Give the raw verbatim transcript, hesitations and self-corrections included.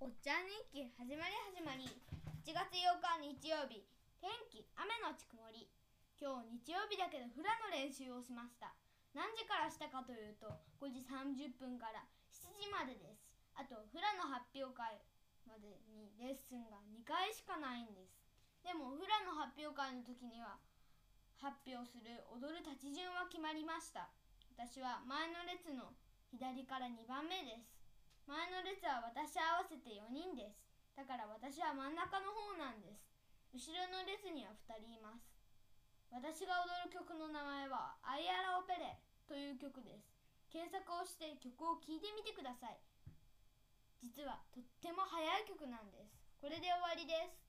おっちゃん日記始まり始まり。はちがつようか日曜日。天気雨のち曇り。今日日曜日だけどフラの練習をしました。何時からしたかというとごじさんじゅっぷんからしちじまでです。あとフラの発表会までにレッスンがにかいしかないんです。でもフラの発表会の時には発表する踊る立ち順は決まりました。私は前の列の左からにばんめです。前の列は私合わせてよにんです。だから私は真ん中の方なんです。後ろの列にはふたりいます。私が踊る曲の名前はアイアラオペレという曲です。検索をして曲を聴いてみてください。実はとっても速い曲なんです。これで終わりです。